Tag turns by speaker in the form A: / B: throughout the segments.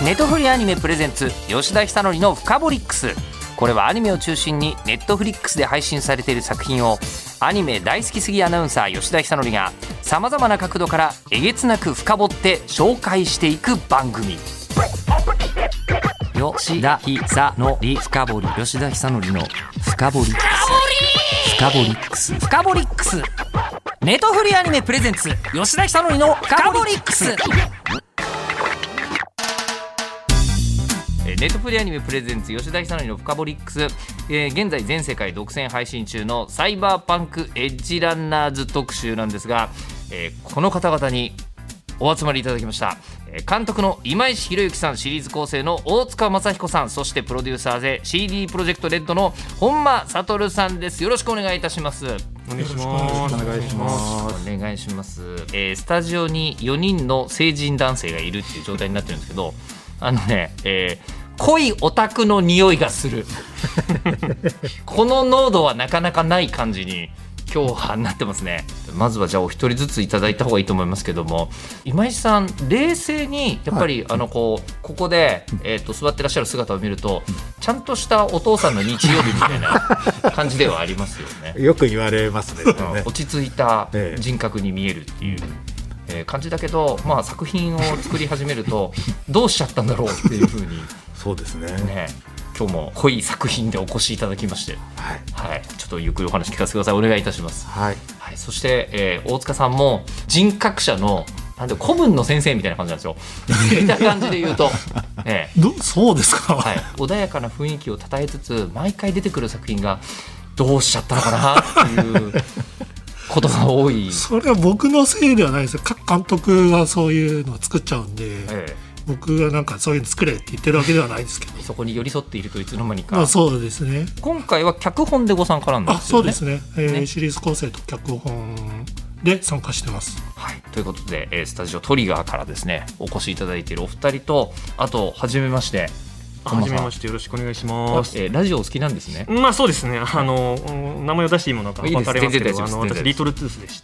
A: ネトフリアニメプレゼンツ吉田久典のフカボリックス。これはアニメを中心にネットフリックスで配信されている作品をアニメ大好きすぎアナウンサー吉田久典がさまざまな角度からえげつなく深掘って紹介していく番組。吉田久典深掘り、吉田久典の深掘りックス、深掘りックス、深掘りックス。ネトフリアニメプレゼンツ吉田久典の深掘りックス。ネットフリアニメプレゼンツ吉田久典のフカボリックス、現在全世界独占配信中のサイバーパンクエッジランナーズ特集なんですが、この方々にお集まりいただきました。監督の今石博之さん、シリーズ構成の大塚正彦さん、そしてプロデューサーで CD プロジェクトレッドの本間悟さんです。よろしくお願いいたします。
B: お願いします。お願いします。
A: お願いします。スタジオに4人の成人男性がいるっていう状態になってるんですけど、濃いオタクの匂いがするこの濃度はなかなかない感じに今日はなってますね。まずはじゃあお一人ずついただいた方がいいと思いますけども、今石さん冷静にやっぱり、ここで、座ってらっしゃる姿を見るとちゃんとしたお父さんの日曜日みたいな感じではありますよね
B: よく言われますね、
A: 落ち着いた人格に見えるっていう、感じだけど、作品を作り始めるとどうしちゃったんだろうっていう風に
B: そうですね。
A: 今日も濃い作品でお越しいただきまして、ちょっとゆっくりお話聞かせてください。お願いいたします。そして、大塚さんも人格者の古文の先生みたいな感じなんですよ見た感じで言うと、
B: そうですか、
A: 穏やかな雰囲気をたたえつつ毎回出てくる作品がどうしちゃったのかなっていうことが多い。
C: それは僕のせいではないですよ。各監督がそういうのを作っちゃうんで、僕がなんかそういうの作れって言ってるわけではないですけど、
A: そこに寄り添っているといつの間にか、
C: そうですね。
A: 今回は脚本でご参加なんですよね。
C: そうですね、シリーズ構成と脚本で参加してます。
A: ということで、スタジオトリガーからですねお越しいただいているお二人と、あと初めまして、
D: はじめまして、よろしくお願いします。
A: ラジオお好きなんですね。
D: そうですね。名前を出していいものか分かりますけど、私リトルトゥースでして、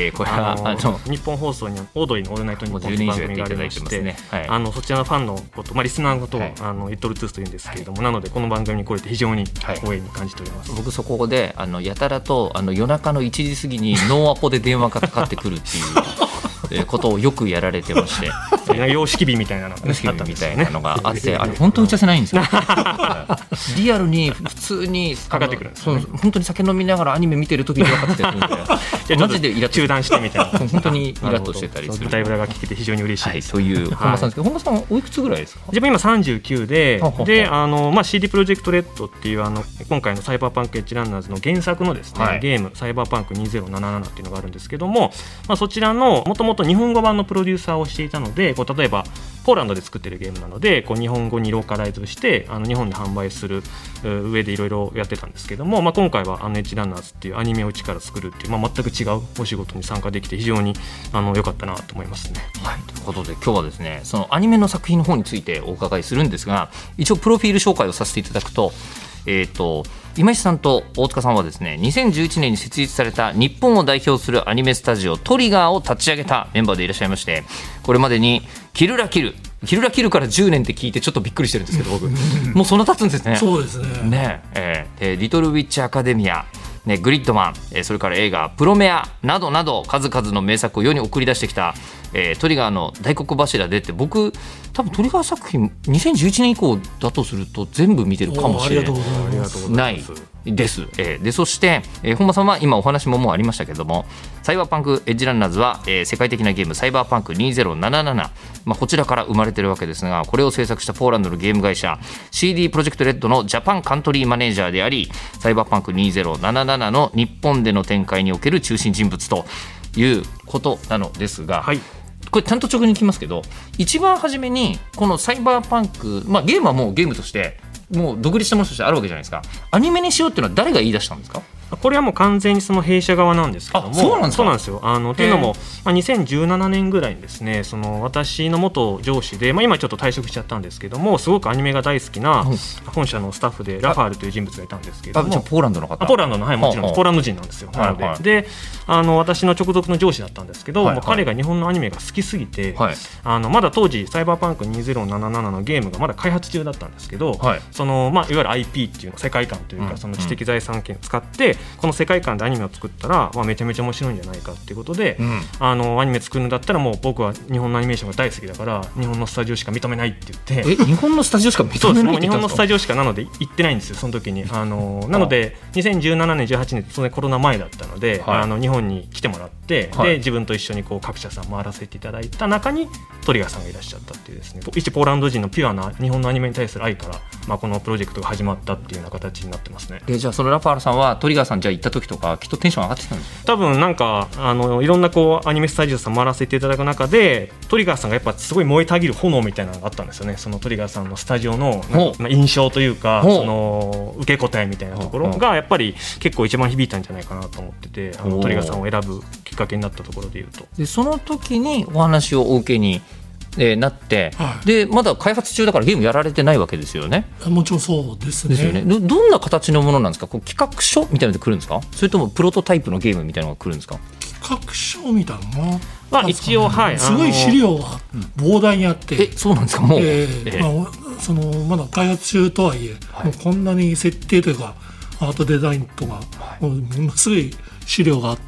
A: これは
D: 日本放送にオードリーのオールナイトニッポンという番組がありまして、そちらのファンのこと、リスナーのことを、リトルトゥースというんですけれども、なのでこの番組に来れて非常に光栄に感じております。
A: 僕そこでやたらと夜中の1時過ぎにノーアポで電話がかかってくるっていうことをよくやられてまして
D: 様式日みたいなのがあった
A: みたいなのがあって、あれ本当に打ち合わせないんですよリアルに普通に
D: かかってくるんですよね。
A: 本当に酒飲みながらアニメ見てる時にかかってくるんでマジでイラッと
D: 中断してみたいな
A: 本当にイラッとしてたりする。
D: 舞台裏が聞けて非常に嬉しいです。
A: という本間さんですけど、本間さんはおいくつぐらいですか？
D: 自分今39で、CD プロジェクトレッドっていう今回のサイバーパンクエッジランナーズの原作のですね、ゲームサイバーパンク2077っていうのがあるんですけども、そちらのもともと日本語版のプロデューサーをしていたので、例えばポーランドで作ってるゲームなので日本語にローカライズして日本で販売する上でいろいろやってたんですけども、今回はエッジランナーズっていうアニメを一から作るっていう、全く違うお仕事に参加できて非常に良かったなと思いますね。
A: ということで今日はですね、そのアニメの作品の方についてお伺いするんですが、一応プロフィール紹介をさせていただくと、今石さんと大塚さんはですね、2011年に設立された日本を代表するアニメスタジオトリガーを立ち上げたメンバーでいらっしゃいまして、これまでにキルラキルから10年って聞いてちょっとびっくりしてるんですけど、僕もうそんな経つんですね。
C: そうですね。
A: リトルウィッチアカデミア、グリッドマン、それから映画プロメアなどなど数々の名作を世に送り出してきた、トリガーの大黒柱でって、僕多分トリガー作品2011年以降だとすると全部見てるかもしれないです。でそして、本間さんは今お話ももうありましたけども、サイバーパンクエッジランナーズは、世界的なゲームサイバーパンク2077、こちらから生まれてるわけですが、これを制作したポーランドのゲーム会社 CD プロジェクトレッドのジャパンカントリーマネージャーであり、サイバーパンク2077の日本での展開における中心人物ということなのですが、これちゃんと直に聞きますけど、一番初めにこのサイバーパンク、ゲームはもうゲームとしてもう独立したものとしてあるわけじゃないですか。アニメにしようっていうのは誰が言い出したんですか？
D: これはもう完全にその弊社側なんですけども。
A: そうなんですか。
D: そうなんですよ。っていうのも、2017年ぐらいにですね、その私の元上司で、今ちょっと退職しちゃったんですけども、すごくアニメが大好きな本社のスタッフでラファールという人物がいたんですけれども。
A: じゃあポーランドの方。
D: ポーランドの、はい、もちろんポーランド人なんですよ。なので、で私の直属の上司だったんですけど、もう彼が日本のアニメが好きすぎて、まだ当時サイバーパンク2077のゲームがまだ開発中だったんですけど、そのいわゆる IP っていうの世界観というか、その知的財産権を使ってこの世界観でアニメを作ったら、めちゃめちゃ面白いんじゃないかっていうことで、アニメ作るんだったらもう僕は日本のアニメーションが大好きだから日本のスタジオしか認めないって言って。
A: 日本のスタジオしか認めないって言ったんですか。
D: 日本のスタジオしかなので行ってないんですよ、その時に。なので2017年18年そのコロナ前だったので、日本に来てもらって、で自分と一緒にこう各社さん回らせていただいた中にトリガーさんがいらっしゃったっていうですね、一ポーランド人のピュアな日本のアニメに対する愛から、このプロジェクトが始まったっていうような形になってますね。
A: でじゃあそのラファールさんはトリガーさんじゃあ行った時とかきっとテンション上がってきたんですよ。
D: 多分なんかいろんなこうアニメスタジオさん回らせていただく中でトリガーさんがやっぱすごい燃えたぎる炎みたいなのがあったんですよね。そのトリガーさんのスタジオの印象というか、その受け答えみたいなところがやっぱり結構一番響いたんじゃないかなと思ってて、トリガーさんを選ぶきっかけになったところでいうと。
A: でその時にお話をお受けになって、でまだ開発中だからゲームやられてないわけですよね。
C: もちろんそうですね。
A: ですよね。どんな形のものなんですか。こう企画書みたいなので来るんですか、それともプロトタイプのゲームみたいなのが来るんですか。
C: 企画書みたいなの
D: が、一応、
C: すごい資料が膨大にあって、
A: そうなんですか。もう、
C: そのまだ開発中とはいえ、もうこんなに設定というかアートデザインとか、ものすごい資料があって、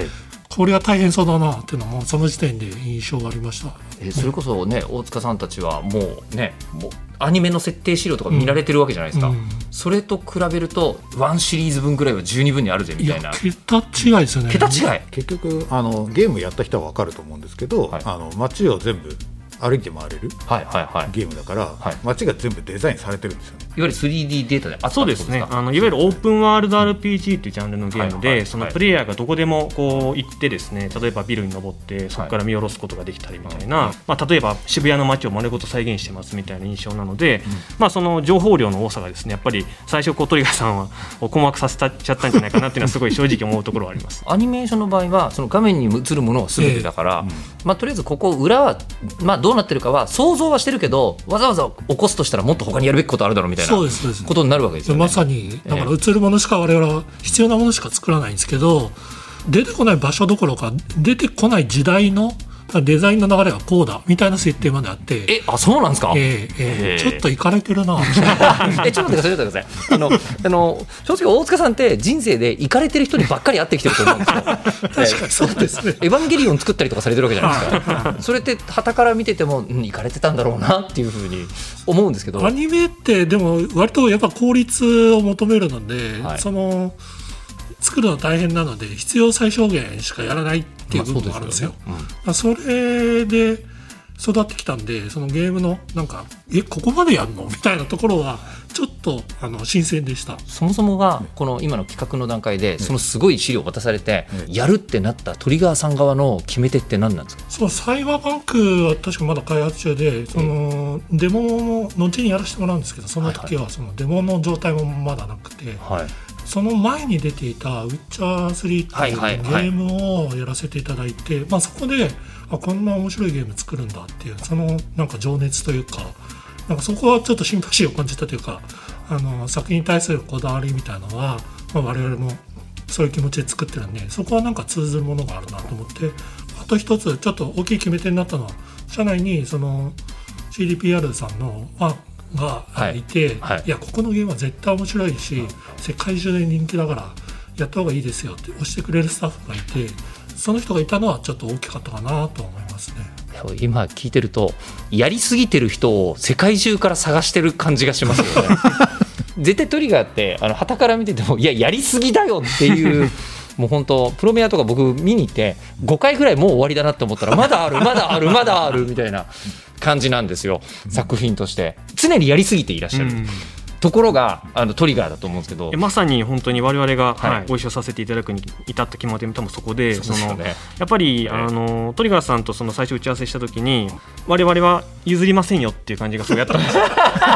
C: これは大変そうだなっていうのもその時点で印象がありました。
A: それこそね、大塚さんたちはもうアニメの設定資料とか見られてるわけじゃないですか、それと比べると1シリーズ分ぐらいは十二分にあるぜみたいな。
C: 桁違いですよね。
A: 桁違い。
B: 結局ゲームやった人は分かると思うんですけど、街を全部歩いて回れるゲームだから、街が全部デザインされてるんですよね。
A: いわゆる 3D データであった
D: そうですね。いわゆるオープンワールド RPG というジャンルのゲームで、そのプレイヤーがどこでもこう行ってですね、例えばビルに登ってそこから見下ろすことができたりみたいな、例えば渋谷の街を丸ごと再現してますみたいな印象なので、その情報量の多さがですね、やっぱり最初トリガーさんは困惑させちゃったんじゃないかなっていうのはすごい正直思うところはあります。
A: アニメーションの場合はその画面に映るものは全てだから、とりあえずここ裏は、どうなってるかは想像はしてるけど、わざわざ起こすとしたらもっと他にやるべきことあるだろうみたいなことになるわけですよね。
C: まさにだから映るものしか我々は必要なものしか作らないんですけど、出てこない場所どころか出てこない時代のデザインの流れがこうだみたいな設定まであって、
A: そうなんですか。
C: ちょっとイカれてるな。
A: ちょっと待ってください。正直大塚さんって人生でイカれてる人にばっかり会ってきてると思うんですよ。
C: 確かにそうですね。
A: エヴァンゲリオン作ったりとかされてるわけじゃないですか。それって旗から見ててもイカれてたんだろうなっていうふうに思うんですけど、
C: アニメってでも割とやっぱ効率を求めるので、その作るの大変なので必要最小限しかやらないっていう部分もあるんですよ。それで育ってきたんで、そのゲームのなんかここまでやるのみたいなところはちょっと新鮮でした。
A: そもそもがこの今の企画の段階でそのすごい資料を渡されてやるってなったトリガーさん側の決め手って何なんですか。
C: そう、サイバーパンクは確かまだ開発中で、そのデモも後にやらせてもらうんですけど、その時はそのデモの状態もまだなくて、その前に出ていたウィッチャー3っていうゲームをやらせていただいて、そこでこんな面白いゲーム作るんだっていうそのなんか情熱というか、なんかそこはちょっとシンパシーを感じたというか、作品に対するこだわりみたいなのは、我々もそういう気持ちで作ってるんで、そこはなんか通ずるものがあるなと思って、あと一つちょっと大きい決め手になったのは、社内にその CDPR さんのファンがいて、いやここのゲームは絶対面白いし、世界中で人気だからやった方がいいですよって押してくれるスタッフがいて、その人がいたのはちょっと大きかったかなと思いますね。
A: 今聞いてるとやりすぎてる人を世界中から探してる感じがしますよね。絶対トリガーって旗から見ててもやりすぎだよっていうもう本当プロメアとか僕見に行って5回ぐらいもう終わりだなって思ったらまだあるまだあるまだあるみたいな感じなんですよ。作品として常にやりすぎていらっしゃる。 ところがトリガーだと思うんですけど、
D: まさに本当に我々が、ご一緒させていただくに至った決まりもそこで、やっぱりトリガーさんと最初打ち合わせした時に我々は譲りませんよっていう感じがすごいやったんですよ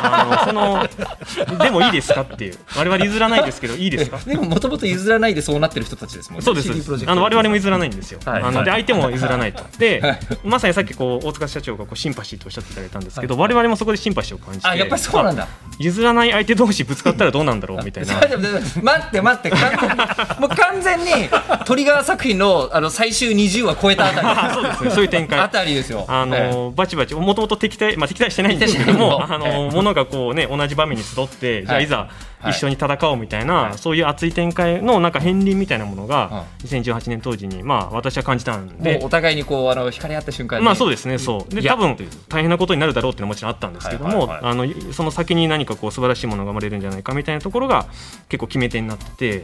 D: でもいいですかっていう、我々譲らないですけどいいですか。
A: でももともと譲らないでそうなってる人たちですもんね。
D: そうです、我々も譲らないんですよ、で相手も譲らないと。で、まさにさっき大塚社長がシンパシーとおっしゃっていただいたんですけど、我々もそこでシンパシーを感じて、
A: やっぱりそうなんだ。
D: 譲らない相手同士ぶつかったらどうなんだろうみたいな
A: 待ってもう完全にトリガー作品の最終20話超えたあたり
D: そうですね、そういう展開
A: あたりですよ。
D: バチバチもともと敵対してないんですけどもものが同じ場面に集って、じゃあいざ一緒に戦おうみたいな、そういう熱い展開の片鱗みたいなものが2018年当時に私は感じたんで、
A: お互いに惹かれ合った瞬間に
D: そうですね、そうで多分大変なことになるだろうっていうのはもちろんあったんですけども、その先に何か素晴らしいものが生まれるんじゃないかみたいなところが結構決め手になって、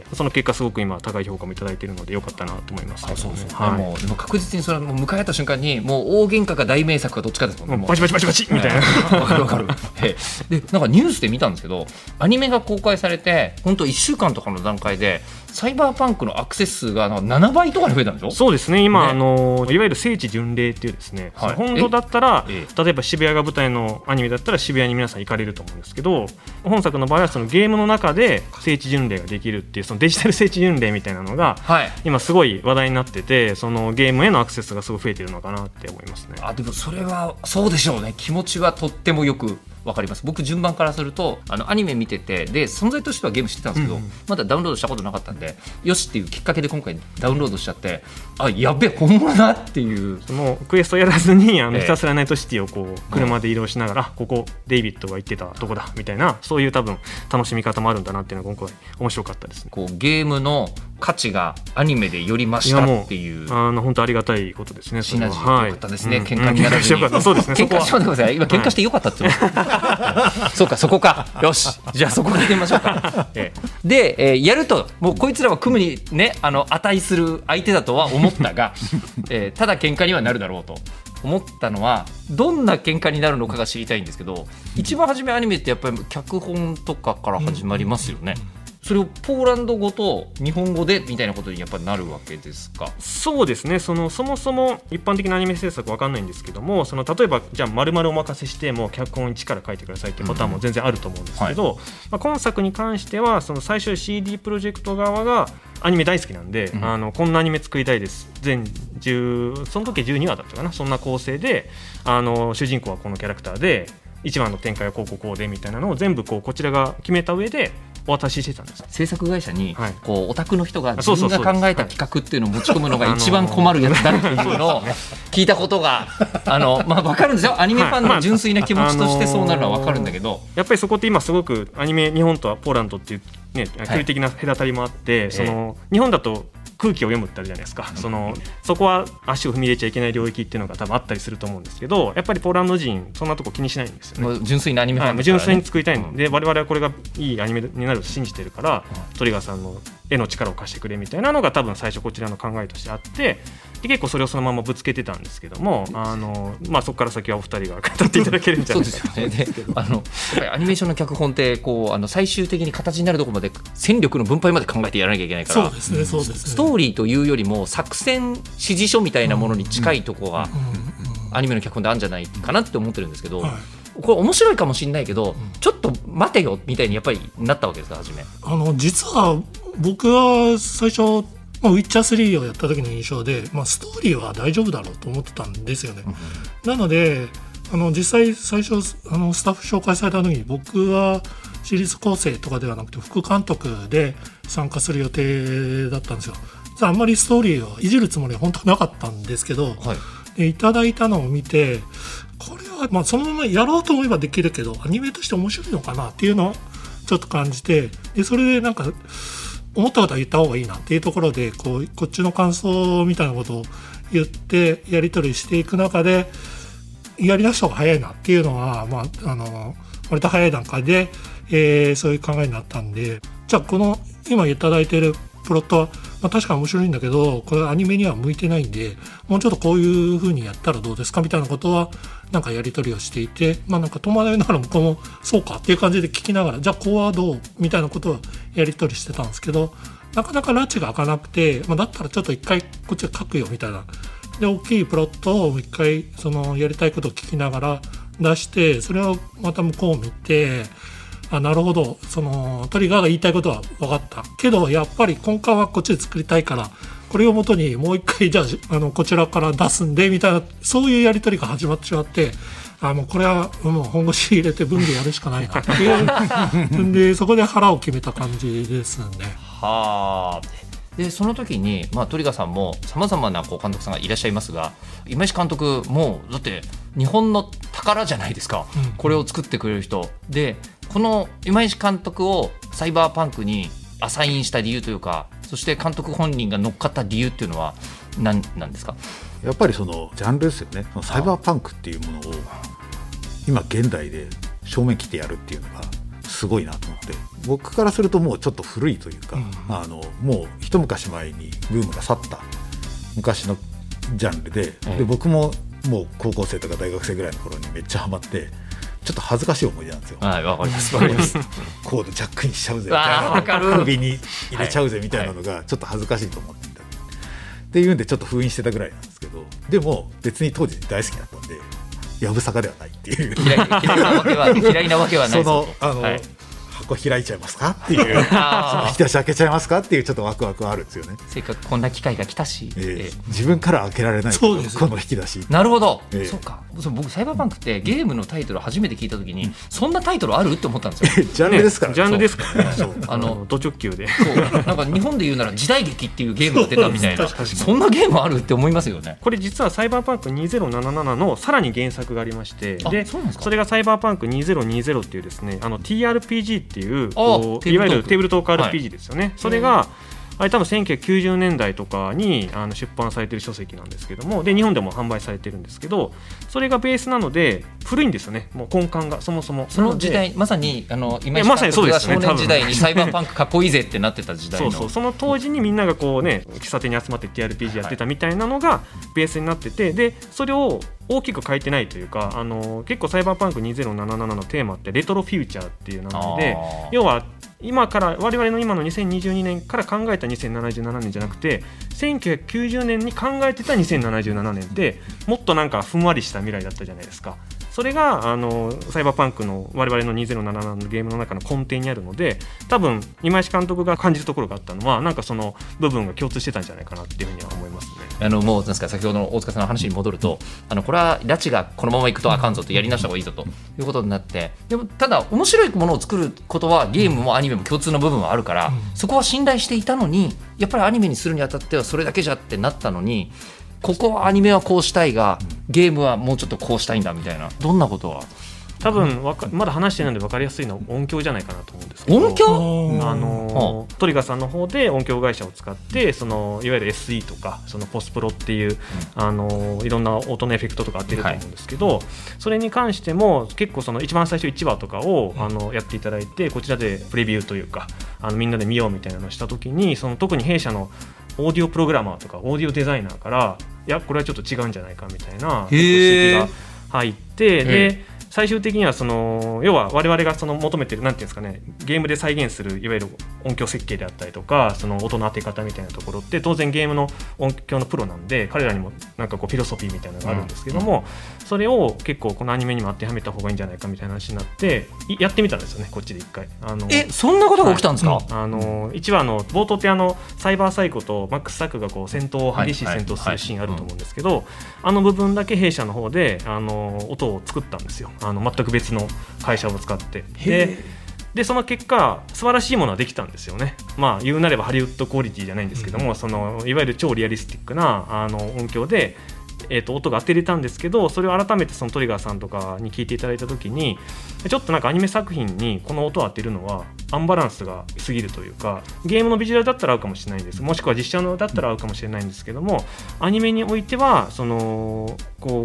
D: その結果すごく今高い評価もいただいているのでよかったなと思います。
A: もう確実にそれは迎え合った瞬間にもう大喧嘩か大名作かどっちかですもんね。
D: バチバチバチバチみたいな
A: わかるで、なんかニュースで見たんですけど、アニメが公開されて本当1週間とかの段階でサイバーパンクのアクセス数が7倍とかに増えたんでしょ。
D: そうですね、今いわゆる聖地巡礼っていうですね、本土だったら例えば渋谷が舞台のアニメだったら渋谷に皆さん行かれると思うんですけど、本作の場合はそのゲームの中で聖地巡礼ができるっていうそのデジタル聖地巡礼みたいなのが今すごい話題になってて、そのゲームへのアクセスがすごい増えてるのかなって思いますね。
A: でもそれはそうでしょうね。気持ちはとってもよくわかります。僕順番からするとアニメ見てて、で存在としてはゲームしてたんですけど、まだダウンロードしたことなかったんで、よしっていうきっかけで今回ダウンロードしちゃって、やべえ本物だっていう、
D: そのクエストやらずにひたすらナイトシティを車で移動しながら、ここデイビッドが言ってたとこだみたいな、そういう多分楽しみ方もあるんだなっていうのが今回面白かったですね。
A: ゲームの価値がアニメでより増したっていう、
D: 本当ありがたいことですね。
A: シナジーでよかったですね。喧嘩にならずに。
D: そうですね。
A: 喧嘩してください。今喧嘩してよかったってそうか、そこか。よし、じゃあそこ聞いてみましょうか。で、やるともうこいつらは組むにね値する相手だとは思ったが、ただ喧嘩にはなるだろうと思ったのは、どんな喧嘩になるのかが知りたいんですけど、一番初めアニメってやっぱり脚本とかから始まりますよね。それをポーランド語と日本語でみたいなことにやっぱりなるわけですか。
D: そうですね、そもそも一般的なアニメ制作わかんないんですけども、例えばじゃあ丸々お任せしてもう脚本一から書いてくださいっていうパターンも全然あると思うんですけど、今作に関しては最初 CD プロジェクト側がアニメ大好きなんで、こんなアニメ作りたいです、全10その時12話だったかな、そんな構成で主人公はこのキャラクターで1話の展開はこうでみたいなのを全部こちらが決めた上でお渡ししてたんです。
A: 制作会社にオタクの人が自分が考えた企画っていうのを持ち込むのが一番困るやつだっていうのを聞いたことが分かるんですよ。アニメファンの純粋な気持ちとしてそうなるのは分かるんだけど、
D: やっぱりそこって今すごくアニメ日本とはポーランドっていうね、距離的な隔たりもあって、日本だと空気を読むってあるじゃないですか。そこは足を踏み入れちゃいけない領域っていうのが多分あったりすると思うんですけど、やっぱりポーランド人そんなとこ気にしないんですよね。
A: もう純粋なアニメファンですからね。
D: 純粋に作りたいので、我々はこれがいいアニメになると信じてるから、トリガーさんの絵の力を貸してくれみたいなのが多分最初こちらの考えとしてあって、で結構それをそのままぶつけてたんですけども、そこから先はお二人が語っていただけるんじゃないですか。
A: そうですよね。でアニメーションの脚本って最終的に形になるところまで戦力の分配まで考えてやらなきゃいけないから、
C: そうですね、そうですね。
A: ストーリーというよりも作戦指示書みたいなものに近いところがアニメの脚本であるんじゃないかなって思ってるんですけど、これ面白いかもしれないけど、ちょっと待てよみたいにやっぱりなったわけですか、初め。
C: 実は僕は最初ウィッチャー3をやった時の印象で、ストーリーは大丈夫だろうと思ってたんですよね。なので実際最初スタッフ紹介された時に、僕はシリーズ構成とかではなくて副監督で参加する予定だったんですよ。あんまりストーリーをいじるつもりは本当なかったんですけど、でいただいたのを見て、これはそのままやろうと思えばできるけどアニメとして面白いのかなっていうのをちょっと感じて、でそれでなんか思ったことは言った方がいいなっていうところでこっちの感想みたいなことを言ってやり取りしていく中で、やりだした方が早いなっていうのは、割と早い段階で、そういう考えになったんで、じゃあこの今いただいているプロットは確かに面白いんだけどこれアニメには向いてないんでもうちょっとこういう風にやったらどうですかみたいなことはなんかやり取りをしていて、なんか戸惑いながら向こうもそうかっていう感じで聞きながらじゃあこうはどうみたいなことをやり取りしてたんですけどなかなか拉致が開かなくて、だったらちょっと一回こっちで書くよみたいなで大きいプロットを一回そのやりたいことを聞きながら出してそれをまた向こうを見てなるほどそのトリガーが言いたいことは分かったけどやっぱり根幹はこっちで作りたいからこれをもとにもう一回じゃあこちらから出すんでみたいなそういうやり取りが始まってしまってもうこれはもう本腰入れて分離やるしかないなっていうでそこで腹を決めた感じですね。
A: はあ。でその時に、トリガーさんもさまざまな監督さんがいらっしゃいますが今石監督もだって日本の宝じゃないですか、これを作ってくれる人でこの今石監督をサイバーパンクにアサインした理由というかそして監督本人が乗っかった理由っていうのは何なんですか？
B: やっぱりそのジャンルですよね。そのサイバーパンクっていうものを今現代で正面切ってやるっていうのがすごいなと思って僕からするともうちょっと古いというか、もう一昔前にブームが去った昔のジャンルで、僕ももう高校生とか大学生ぐらいの頃にめっちゃハマってちょっと恥ずかしい思い出なんですよ。
A: はい、わかりますわかります
B: コードジャックにしちゃうぜみたいな首に入れちゃうぜみたいなのがちょっと恥ずかしいと思っていた、っていうんでちょっと封印してたぐらいなんですけどでも別に当時大好きだったんでやぶさかではないっていう
A: 嫌いなわけはない
B: その箱開いちゃいますかっていうその引き出し開けちゃいますかっていうちょっとワクワクあるんですよね。
A: せっかくこんな機会が来たし、
B: 自分から開けられないこの引き出し。
A: なるほど、そうか。僕サイバーパンクってゲームのタイトル初めて聞いた時に、そんなタイトルあるって思ったんですよ。
B: ジャンルですから、
D: ジャンルですからね。ド直球で
A: なんか日本で言うなら時代劇っていうゲームが出たみたいなそんなゲームあるって思いますよね。
D: これ実はサイバーパンク2077のさらに原作がありましてで それがサイバーパンク2020っていうですねTRPG っていういわゆるテーブルトーク RPG ですよね、それがあれ多分1990年代とかに出版されている書籍なんですけどもで日本でも販売されてるんですけどそれがベースなので古いんですよね。もう根幹がそもそも
A: その時代まさに今井監督が少年時代にサイバーパンクかっこいいぜってなってた時代の
D: その当時にみんながこうね喫茶店に集まって TRPG やってたみたいなのがベースになっててでそれを大きく変えてないというか結構サイバーパンク2077のテーマってレトロフューチャーっていう名前で要は今から我々の今の2022年から考えた2077年じゃなくて1990年に考えてた2077年ってもっとなんかふんわりした未来だったじゃないですか。それがサイバーパンクの我々の2077のゲームの中の根底にあるので多分今石監督が感じるところがあったのはなんかその部分が共通してたんじゃないかなっていうふうには思いますね。
A: もうなんですか先ほどの大塚さんの話に戻るとこれは拉致がこのままいくとあかんぞとやり直した方がいいぞということになってでもただ面白いものを作ることはゲームもアニメも共通の部分はあるから、そこは信頼していたのにやっぱりアニメにするにあたってはそれだけじゃってなったのにここはアニメはこうしたいがゲームはもうちょっとこうしたいんだみたいなどんなことは
D: 多分まだ話してないので分かりやすいのは音響じゃないかなと思うんですけど
A: 音響
D: トリガーさんの方で音響会社を使ってそのいわゆる SE とかそのポスプロっていういろんな音のエフェクトとか当てると思うんですけど、それに関しても結構その一番最初1話とかをやっていただいてこちらでプレビューというかみんなで見ようみたいなのをした時にその特に弊社のオーディオプログラマーとかオーディオデザイナーからいやこれはちょっと違うんじゃないかみたいな指摘が入ってで最終的にはその要は我々がその求めているなんていうんですかねゲームで再現するいわゆる音響設計であったりとかその音の当て方みたいなところって当然ゲームの音響のプロなんで彼らにもなんかこうフィロソフィーみたいなのがあるんですけども、それを結構このアニメにも当てはめた方がいいんじゃないかみたいな話になってやってみたんですよねこっちで一回
A: そんなことが起きたんですか。
D: 1話の冒頭ってサイバーサイコとマックス・サックがこう激しい戦闘するシーンあると思うんですけど部分だけ弊社の方で音を作ったんですよ全く別の会社を使ってでその結果素晴らしいものはできたんですよね。言うなればハリウッドクオリティじゃないんですけども、そのいわゆる超リアリスティックな音響で音が当てれたんですけどそれを改めてそのトリガーさんとかに聞いていただいた時にちょっとなんかアニメ作品にこの音を当てるのはアンバランスが過ぎるというかゲームのビジュアルだったら合うかもしれないんですもしくは実写のだったら合うかもしれないんですけどもアニメにおいてはそのこう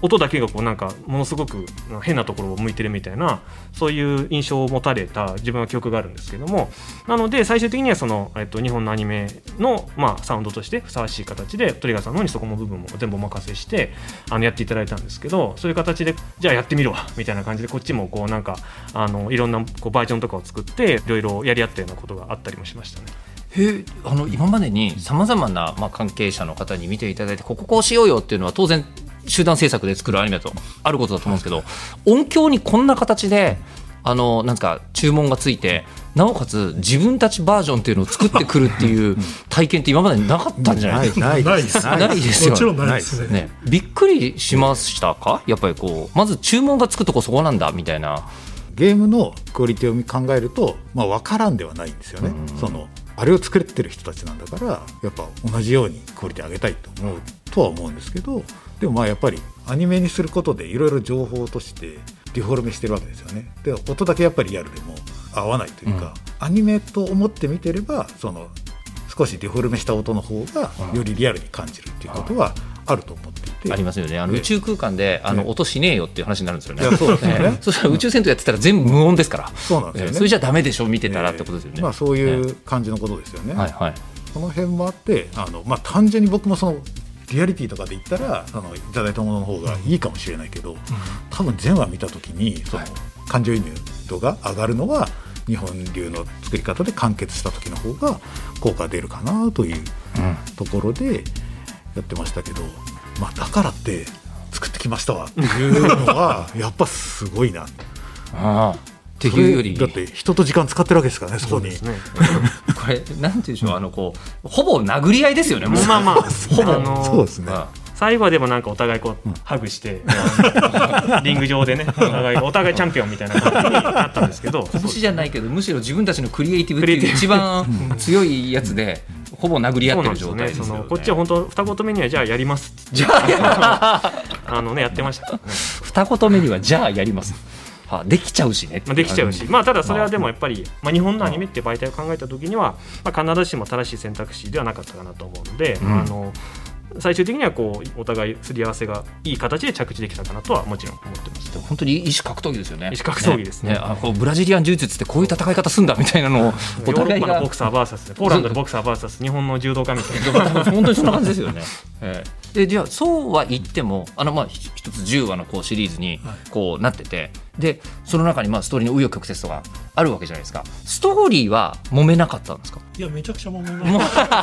D: 音だけがこうなんかものすごく変なところを向いてるみたいなそういう印象を持たれた自分は記憶があるんですけども、なので最終的にはその、日本のアニメの、サウンドとしてふさわしい形でトリガーさんの方にそこの部分も全部お任せしてやっていただいたんですけど、そういう形でじゃあやってみろわみたいな感じでこっちもこうなんかいろんなこうバージョンとかを作っていろいろやり合ったようなことがあったりもしましたね。
A: 今までにさまざまな関係者の方に見ていただいてこうしようよっていうのは当然集団制作で作るアニメだとあることだと思うんですけど、音響にこんな形でなんか注文がついてなおかつ自分たちバージョンっていうのを作ってくるっていう体験って今までなかったんじゃないですか。
B: ないです
C: もちろんないですね。
A: びっくりしましたか？やっぱりこうまず注文がつくとこそこなんだみたいな。
B: ゲームのクオリティを考えると、分からんではないんですよね。あれを作ってる人たちなんだからやっぱ同じようにクオリティ上げたいと思うとは思うんですけど、でもやっぱりアニメにすることでいろいろ情報としてデフォルメしてるわけですよね。で音だけやっぱりリアルでも合わないというか、アニメと思って見てれば少しデフォルメした音の方がよりリアルに感じるっていうことはあると思っていて、
A: ありますよね。宇宙空間で音しねえよっていう話になるんですよね。
B: そうですね。
A: そしたら宇宙戦闘やってたら全部無音ですから。
B: そうなんですよね。
A: それじゃダメでしょ見てたらってことですよね。
B: そういう感じのことですよね。
A: はいはい。
B: その辺もあって単純に僕もリアリティとかで言ったらいただいたものの方がいいかもしれないけど、多分前話見た時に感情移入度が上がるのは日本流の作り方で完結した時の方が効果が出るかなというところでやってましたけど、だからって作ってきましたわっていうのはやっぱすごいなっていうよりだって人と時間使ってるわけですからね。そこに
A: これなんていうんでしょう、ほぼ殴り合いですよね。もう
B: ほぼそうですね。
D: 最後はでもなんかお互いこうハグしてリング上でねお互いチャンピオンみたいな感じになったんですけど、
A: 拳じゃないけどむしろ自分たちのクリエイティブっていう一番強いやつでほぼ殴り合ってる状態ですよね。
D: こっちは本当二言目にはじゃあやりますじゃあやってました、
A: 二言目にはじゃあやりますできちゃうしね。
D: できちゃうし、ただそれはでもやっぱり、日本のアニメっていう媒体を考えた時には、必ずしも正しい選択肢ではなかったかなと思うので、最終的にはこうお互いすり合わせがいい形で着地できたかなとはもちろん思ってます。
A: 本当に異種格闘技ですよね。
D: 異種格闘技ですね。
A: ブラジリアン柔術ってこういう戦い方すんだみたいなのをお互いが
D: ヨーロッパのボクサー VS ポーランドのボクサー VS 日本の柔道家みたいな
A: 本当にそんな感じですよね。じゃあそうは言っても一つ10話のシリーズにこうなってて、でその中にストーリーの紆余曲折とかあるわけじゃないですか。ストーリーは揉めなかったんですか？
C: いやめちゃくちゃ揉めま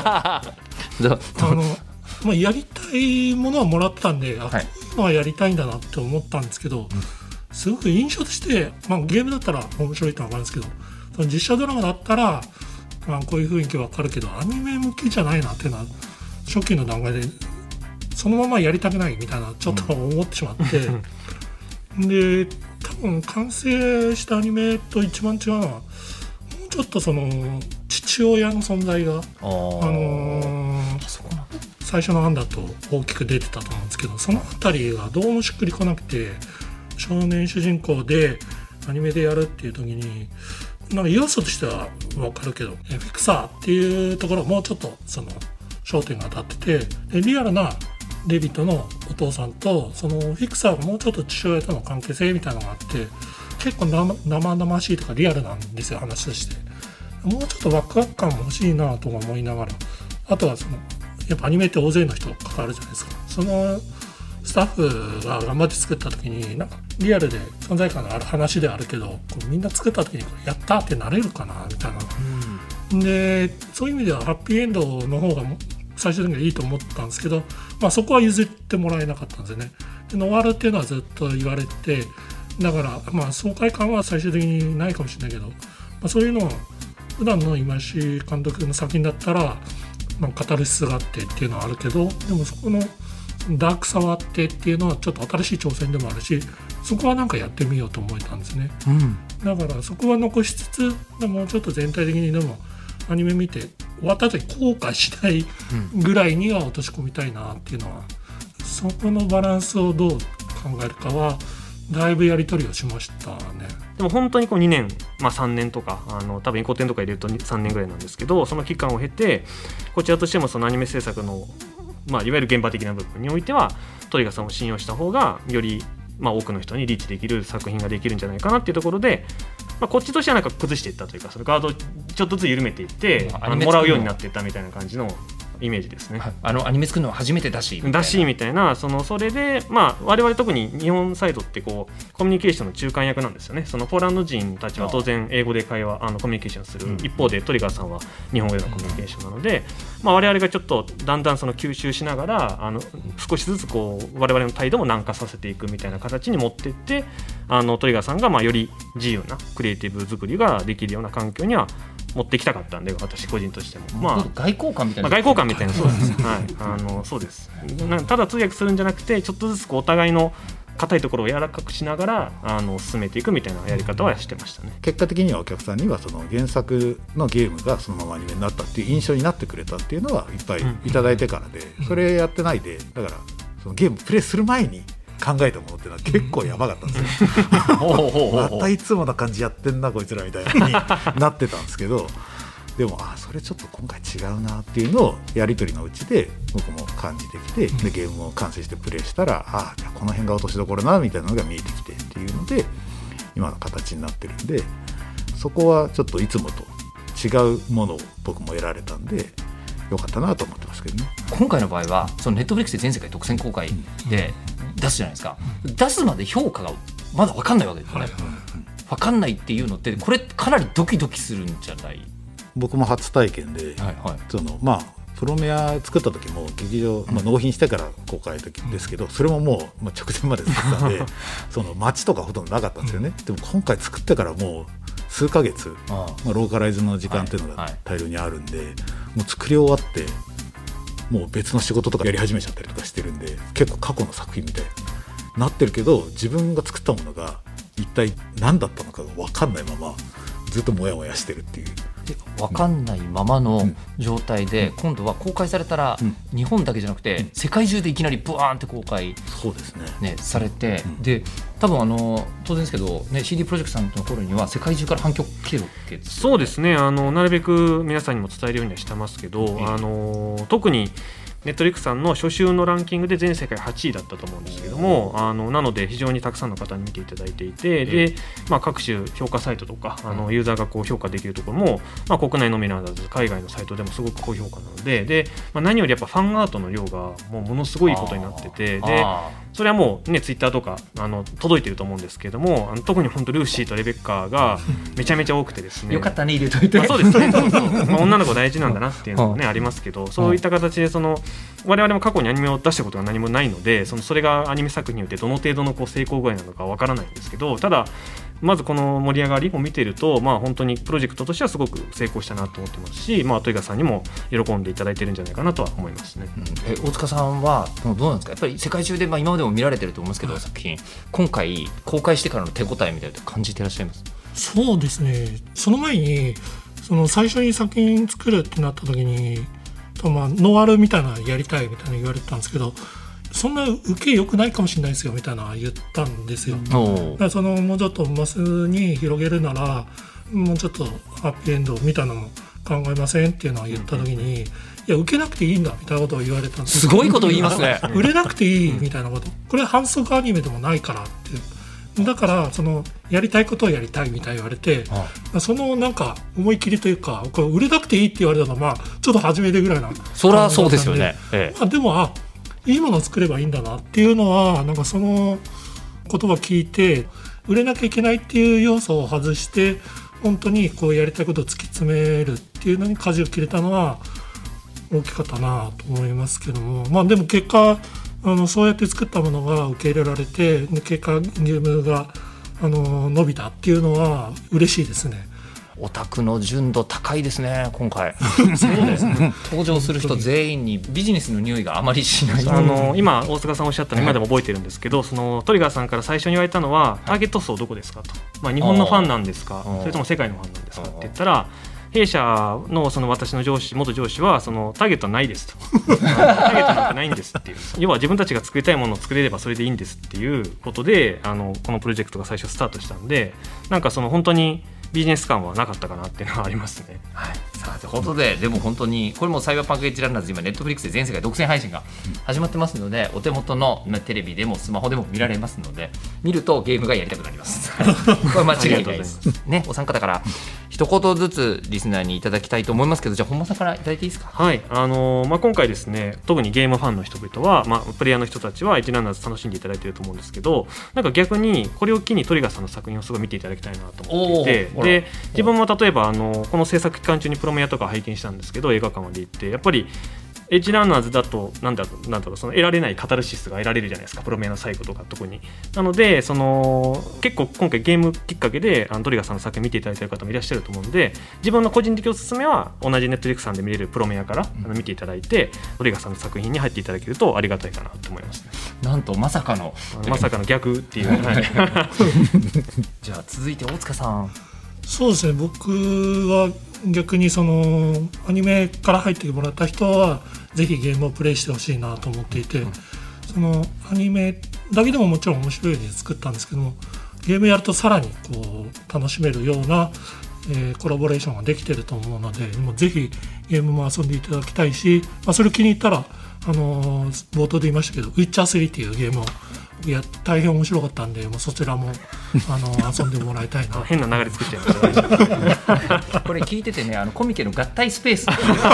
C: したやりたいものはもらったんで、こういうのはやりたいんだなって思ったんですけど、すごく印象として、ゲームだったら面白いって分かるんですけど、その実写ドラマだったら、こういう雰囲気分かるけどアニメ向きじゃないなっていうのは初期の段階でそのままやりたくないみたいなちょっと思ってしまって、で多分完成したアニメと一番違うのはもうちょっと父親の存在が最初の案だと大きく出てたと思うんですけど、そのあたりがどうもしっくりこなくて、少年主人公でアニメでやるっていう時になんか要素としては分かるけど、フィクサーっていうところもうちょっと焦点が当たってて、リアルなデビッドのお父さんとフィクサーがもうちょっと父親との関係性みたいなのがあって、結構生々しいとかリアルなんですよ話として。もうちょっとワクワク感も欲しいなとか思いながら、あとはやっぱアニメって大勢の人関わるじゃないですか。そのスタッフが頑張って作った時になんかリアルで存在感のある話ではあるけど、みんな作った時にやったってなれるかなみたいな、でそういう意味ではハッピーエンドの方が最終的にはいいと思ったんですけど、そこは譲ってもらえなかったんですよね。でノワールっていうのはずっと言われて、だから爽快感は最終的にないかもしれないけど、そういうのを普段の今石監督の作品だったらカタルシスがあってっていうのはあるけど、でもそこのダークさはあってっていうのはちょっと新しい挑戦でもあるし、そこはなんかやってみようと思えたんですね、だからそこは残しつつ、でもちょっと全体的にでもアニメ見て終わった後に後悔しないぐらいには落とし込みたいなっていうのは、そこのバランスをどう考えるかはだいぶやり取りをしましたね。
D: でも本当に2年、3年とか多分古典とか入れると3年ぐらいなんですけど、その期間を経てこちらとしてもそのアニメ制作の、いわゆる現場的な部分においてはトリガーさんを信用した方がより多くの人にリーチできる作品ができるんじゃないかなっていうところで、こっちとしてはなんか崩していったというか、そのガードをちょっとずつ緩めていってもらうようになっていったみたいな感じのイメージですね。
A: アニメ作るのは初めてだし
D: みたいな、それで、我々特に日本サイドってコミュニケーションの中間役なんですよね。そのポーランド人たちは当然英語で会話コミュニケーションする一方で、トリガーさんは日本語でのコミュニケーションなので、我々がちょっとだんだん吸収しながら少しずつ我々の態度も軟化させていくみたいな形に持っていって、トリガーさんがより自由なクリエイティブ作りができるような環境には持っていきたかったんで、私個人としても、
A: 外交官みたいな、
D: 外交官みたいな、そうです、そうです。ただ通訳するんじゃなくて、ちょっとずつお互いの硬いところを柔らかくしながら進めていくみたいなやり方はしてましたね。
B: 結果的にはお客さんにはその原作のゲームがそのままアニメになったっていう印象になってくれたっていうのはいっぱいいただいてからで、それやってないで、だからそのゲームプレイする前に考えたものっていうのは結構やばかったんですよ。またいつもな感じやってんなこいつらみたいになってたんですけど、でもそれちょっと今回違うなっていうのをやり取りのうちで僕も感じてきて、でゲームを完成してプレイしたら、じゃあこの辺が落としどころなみたいなのが見えてきてっていうので今の形になってるんで、そこはちょっといつもと違うものを僕も得られたんでよかったなと思ってますけどね。
A: 今回の場合はそのネットフリックスで全世界独占公開で出すじゃないですか。出すまで評価がまだ分かんないわけですよね。分かんないっていうのってこれかなりドキドキするんじゃない？
B: 僕も初体験で、プロメア作った時も劇場、納品してから公開ですけど、それももう、直前まで作ったんでその街とかほとんどなかったんですよね。でも今回作ってからもう数ヶ月、ローカライズの時間っていうのが大量にあるんで、もう作り終わってもう別の仕事とかやり始めちゃったりとかしてるんで、結構過去の作品みたいになってるけど、自分が作ったものが一体何だったのかが分かんないままずっとモヤモヤしてるっていう。
A: 分かんないままの状態で、今度は公開されたら日本だけじゃなくて世界中でいきなりブワーンって公開、
B: そうですね、
A: されて、で多分当然ですけど、CD プロジェクトさんの頃には世界中から反響来てるわけですよね。
D: そうですね、なるべく皆さんにも伝えるようにはしてますけど、特にネットリックさんの初週のランキングで全世界8位だったと思うんですけども、なので非常にたくさんの方に見ていただいていて、で、各種評価サイトとかユーザーが評価できるところも、国内のみならず海外のサイトでもすごく高評価なので、何よりやっぱファンアートの量がものすごいことになってて、でそれはもうねツイッターとか届いてると思うんですけども、特に本当ルーシーとレベッカがめちゃめちゃ多くてですね、
A: よかったね入れといて、
D: そうですね女の子大事なんだなっていうのもねありますけど、そういった形で我々も過去にアニメを出したことが何もないので、それがアニメ作品によってどの程度の成功具合なのかわからないんですけど、ただまずこの盛り上がりを見ていると、本当にプロジェクトとしてはすごく成功したなと思ってますし、トイガさんにも喜んでいただいてるんじゃないかなとは思いますね。
A: 大塚さんはどうなんですか？やっぱり世界中で、今までも見られてると思いますけど、作品今回公開してからの手応えみたいな感じていらっしゃいます？
C: そうですね、その前に最初に作品作るってなった時にノワールみたいなのやりたいみたいな言われてたんですけど、そんな受け良くないかもしれないですよみたいな言ったんですよ。だからもうちょっとマスに広げるならもうちょっとハッピーエンドみたいなのも考えませんっていうのを言った時に、いや受けなくていいんだみたいなことを言われたんです。
A: すごいこと言いますね
C: 売れなくていいみたいなこと、これ反則アニメでもないからって、だからやりたいことをやりたいみたいに言われて、なんか思い切りというか、これ売れなくていいって言われたのはちょっと初めてぐらいな。
A: そりゃそうですよね。
C: でもいいものを作ればいいんだなっていうのは、なんかその言葉聞いて、売れなきゃいけないっていう要素を外して本当にやりたいことを突き詰めるっていうのに舵を切れたのは大きかったなと思いますけども、でも結果そうやって作ったものが受け入れられて、結果ゲームが伸びたっていうのは嬉しいですね。
A: オタクの純度高いですね今回そうですね登場する人全員にビジネスの匂いがあまりしない。
D: 今大塚さんおっしゃったの今でも覚えてるんですけど、トリガーさんから最初に言われたのは、ターゲット層どこですかと、日本のファンなんですか、それとも世界のファンなんですかって言ったら、弊社の私の元上司はターゲットはないですとターゲットなんてないんですっていう、要は自分たちが作りたいものを作れればそれでいいんですっていうことでこのプロジェクトが最初スタートしたんで、なんか本当にビジネス感はなかったかなっていうのはありますね。
A: はい、さあということで、でも本当にこれもサイバーパンクエッジランナーズ今ネットフリックスで全世界独占配信が始まってますので、お手元のテレビでもスマホでも見られますので、見るとゲームがやりたくなりますこれ間違いないですね。お三方から一言ずつリスナーにいただきたいと思いますけど、じゃあ本間さんからいただいていいですか。
D: はい、今回ですね、特にゲームファンの人々は、プレイヤーの人たちはエッジランナーズ楽しんでいただいていると思うんですけど、なんか逆にこれを機にトリガーさんの作品をすごい見ていただきたいなと思っていて、で自分も例えばこの制作期間中にプロメアとか拝見したんですけど、映画館まで行ってやっぱりエッジランナーズだとなんだろう、その得られないカタルシスが得られるじゃないですか、プロメアの最後とか特に。なので結構今回ゲームきっかけでトリガーさんの作品見ていただいている方もいらっしゃると思うので、自分の個人的おすすめは同じネットフリックスさんで見れるプロメアから見ていただいて、トリガーさんの作品に入っていただけるとありがたいかなと思いますね。
A: なんとまさかの
D: 逆っていう、はい、
A: じゃあ続いて大塚さん。
C: そうですね、僕は逆にそのアニメから入ってもらった人はぜひゲームをプレイしてほしいなと思っていて、そのアニメだけでももちろん面白いように作ったんですけども、ゲームやるとさらにこう楽しめるような、コラボレーションができてると思うので、もうぜひゲームも遊んでいただきたいし、それ気に入ったら冒頭で言いましたけどウィッチャー3っていうゲームを大変面白かったんで、もうそちらも遊んでもらいたいな
D: 変な流れ作っちゃいました
A: これ聞いててね、コミケの合体スペース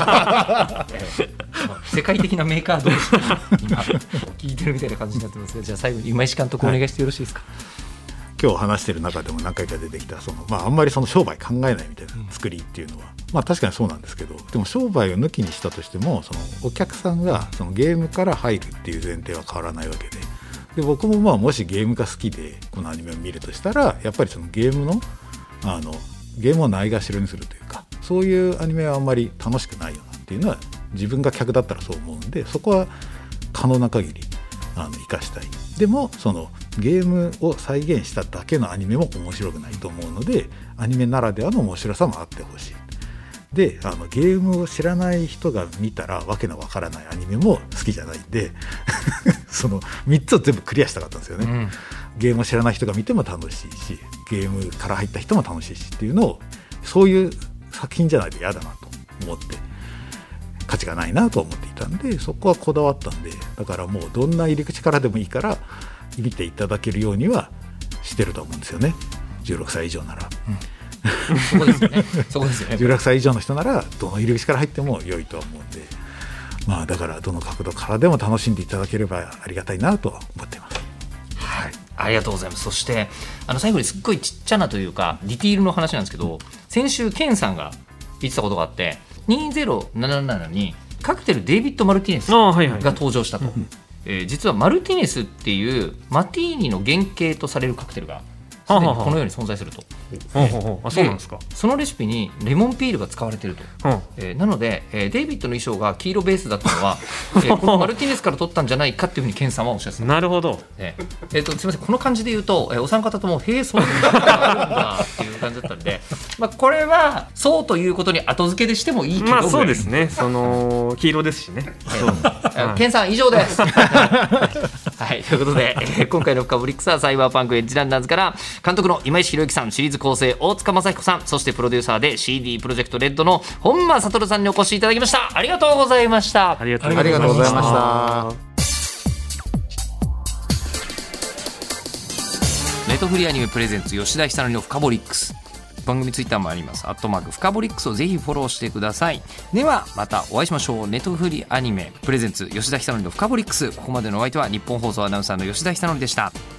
A: 世界的なメーカー同士今聞いてるみたいな感じになってますが、じゃあ最後に今石監督お願いしてよろしいですか。
B: 今日話してる中でも何回か出てきたあんまりその商売考えないみたいな作りっていうのは、確かにそうなんですけど、でも商売を抜きにしたとしてもそのお客さんがそのゲームから入るっていう前提は変わらないわけで、僕ももしゲームが好きでこのアニメを見るとしたら、やっぱりそのゲームをないがしろにするというか、そういうアニメはあんまり楽しくないよなっていうのは自分が客だったらそう思うんで、そこは可能な限り生かしたい。でもそのゲームを再現しただけのアニメも面白くないと思うので、アニメならではの面白さもあってほしい。でゲームを知らない人が見たらわけのわからないアニメも好きじゃないんでその3つを全部クリアしたかったんですよね、ゲームを知らない人が見ても楽しいし、ゲームから入った人も楽しいしっていうのを、そういう作品じゃないと嫌だなと思って、価値がないなと思っていたんで、そこはこだわったんで、だからもうどんな入り口からでもいいから見ていただけるようにはしてると思うんですよね、16歳以上なら、
A: そこですよねそこですよね。
B: 16歳以上の人ならどの入り口から入っても良いとは思うんで、だからどの角度からでも楽しんでいただければありがたいなとは思っています。
A: はい、ありがとうございます。そして最後にすっごいちっちゃなというかディティールの話なんですけど、先週ケンさんが言ってたことがあって、2077にカクテルデイビッド・マルティネスが登場したと、実はマルティネスっていうマティーニの原型とされるカクテルがすでにこのように存在すると。
D: そうなんですか。
A: そのレシピにレモンピールが使われていると、なので、デイビッドの衣装が黄色ベースだったのは、このマルティネスから取ったんじゃないかっていうふうにケンさんはおっしゃってた。
D: なるほど、
A: すみません、この感じで言うと、お三方ともへえそういうのがあるんだっていう感じだったんでこれはそうということに後付けでしてもいいけど、
D: そうですね、黄色ですしね、
A: ケンさん以上ですはい、ということで、今回のフカボリックスはサイバーパンクエッジランナーズから監督の今石弘之さん、シリーズ構成大塚正彦さん、そしてプロデューサーで CD プロジェクトレッドの本間悟さんにお越しいただきました。ありがとうございました。
D: ありがとうございました
A: ネトフリアニメプレゼンツ吉田久典のフカボリックス、番組ツイッターもあります。@フカボリックスをぜひフォローしてください。ではまたお会いしましょう。ネトフリアニメプレゼンツ吉田久典のフカボリックス、ここまでのお相手は日本放送アナウンサーの吉田久典でした。